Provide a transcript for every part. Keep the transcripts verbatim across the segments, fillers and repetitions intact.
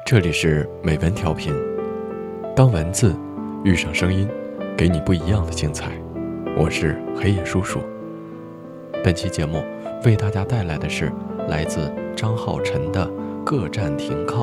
这里是美文调频，当文字遇上声音，给你不一样的精彩。我是黑夜叔叔。本期节目为大家带来的是来自张浩晨的《各站停靠》。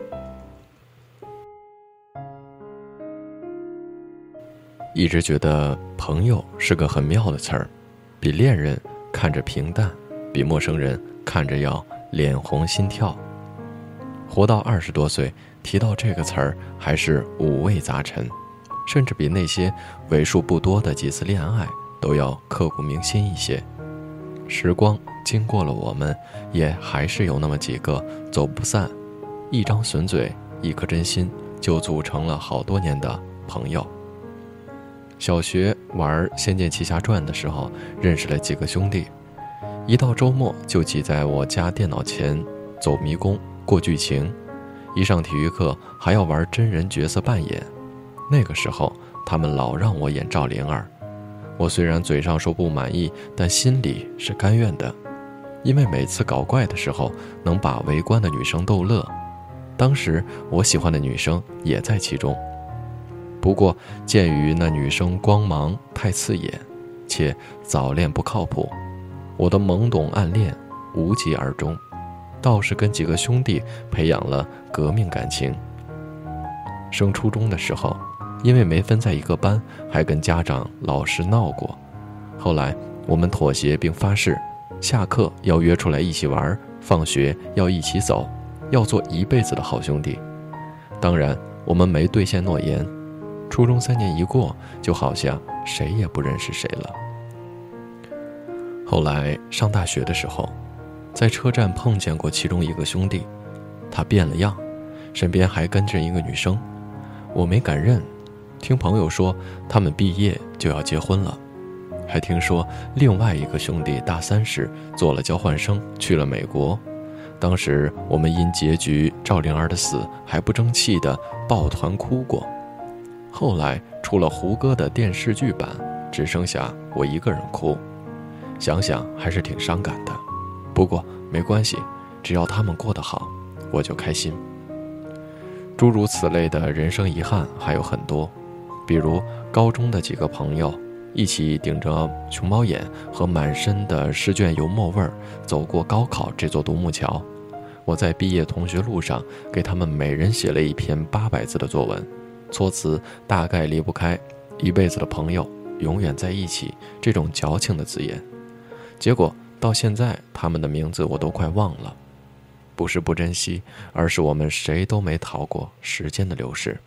一直觉得朋友是个很妙的词儿，比恋人看着平淡，比陌生人看着要脸红心跳。活到二十多岁，提到这个词儿还是五味杂陈，甚至比那些为数不多的几次恋爱都要刻骨铭心一些。时光经过了我们，也还是有那么几个走不散，一张损嘴，一颗真心，就组成了好多年的朋友。小学玩《仙剑奇侠传》的时候，认识了几个兄弟，一到周末就挤在我家电脑前走迷宫过剧情，一上体育课还要玩真人角色扮演。那个时候他们老让我演赵灵儿，我虽然嘴上说不满意，但心里是甘愿的，因为每次搞怪的时候能把围观的女生逗乐。当时我喜欢的女生也在其中，不过鉴于那女生光芒太刺眼，且早恋不靠谱，我的懵懂暗恋无疾而终，倒是跟几个兄弟培养了革命感情。升初中的时候，因为没分在一个班，还跟家长老师闹过。后来我们妥协并发誓，下课要约出来一起玩，放学要一起走，要做一辈子的好兄弟。当然我们没兑现诺言，初中三年一过，就好像谁也不认识谁了。后来上大学的时候，在车站碰见过其中一个兄弟，他变了样，身边还跟着一个女生，我没敢认。听朋友说他们毕业就要结婚了，还听说另外一个兄弟大三时做了交换生去了美国。当时我们因结局赵灵儿的死还不争气的抱团哭过。后来出了胡歌的电视剧版，只剩下我一个人哭，想想还是挺伤感的。不过没关系，只要他们过得好，我就开心。诸如此类的人生遗憾还有很多，比如高中的几个朋友一起顶着熊猫眼和满身的试卷油墨味儿走过高考这座独木桥。我在毕业同学录上给他们每人写了一篇八百字的作文，措辞大概离不开一辈子的朋友永远在一起这种矫情的字眼。结果到现在他们的名字我都快忘了，不是不珍惜，而是我们谁都没逃过时间的流逝。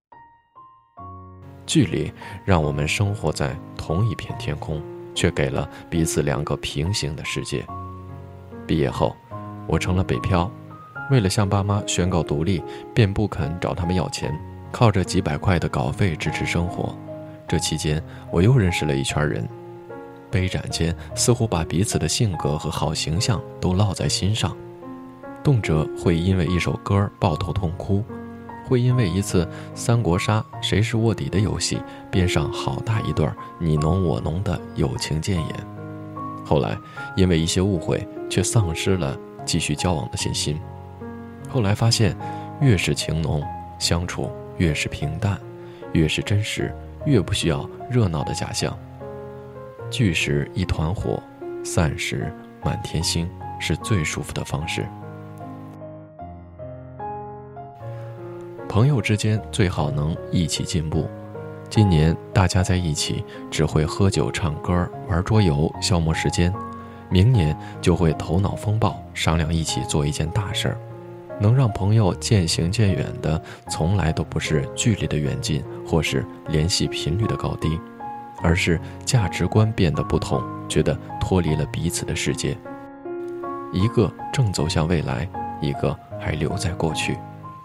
距离让我们生活在同一片天空，却给了彼此两个平行的世界。毕业后我成了北漂，为了向爸妈宣告独立，便不肯找他们要钱，靠着几百块的稿费支持生活。这期间我又认识了一圈人，杯盏间似乎把彼此的性格和好形象都烙在心上，动辄会因为一首歌抱头痛哭，会因为一次三国杀谁是卧底的游戏编上好大一段你侬我侬的友情谏言。后来因为一些误会，却丧失了继续交往的信心。后来发现，越是情浓，相处越是平淡，越是真实，越不需要热闹的假象。聚时一团火，散时满天星，是最舒服的方式。朋友之间最好能一起进步。今年大家在一起只会喝酒唱歌玩桌游消磨时间，明年就会头脑风暴商量一起做一件大事儿。能让朋友渐行渐远的，从来都不是距离的远近，或是联系频率的高低，而是价值观变得不同，觉得脱离了彼此的世界。一个正走向未来，一个还留在过去。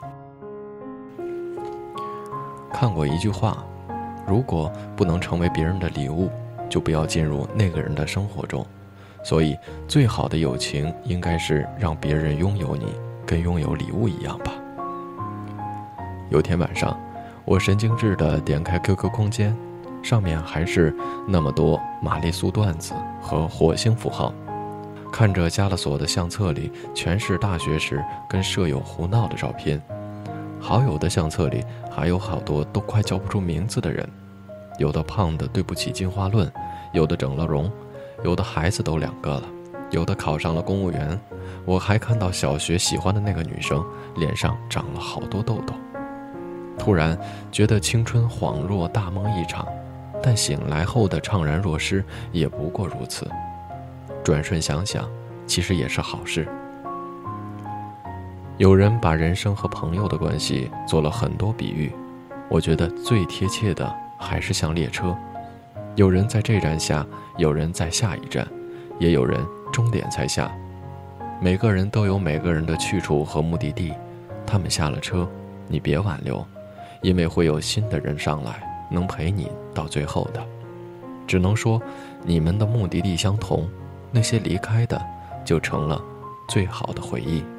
看过一句话，如果不能成为别人的礼物，就不要进入那个人的生活中。所以最好的友情应该是让别人拥有你，跟拥有礼物一样吧。有天晚上，我神经质地点开 Q Q 空间，上面还是那么多玛丽苏段子和火星符号。看着加了锁的相册里全是大学时跟舍友胡闹的照片， 好友的相册里还有好多都快叫不出名字的人，有的胖的对不起进化论，有的整了容，有的孩子都两个了，有的考上了公务员。我还看到小学喜欢的那个女生脸上长了好多痘痘。突然觉得青春恍若大梦一场，但醒来后的怅然若失也不过如此。转瞬想想，其实也是好事。有人把人生和朋友的关系做了很多比喻，我觉得最贴切的还是像列车，有人在这站下，有人在下一站，也有人终点才下。每个人都有每个人的去处和目的地，他们下了车，你别挽留，因为会有新的人上来，能陪你到最后的。只能说你们的目的地相同，那些离开的就成了最好的回忆。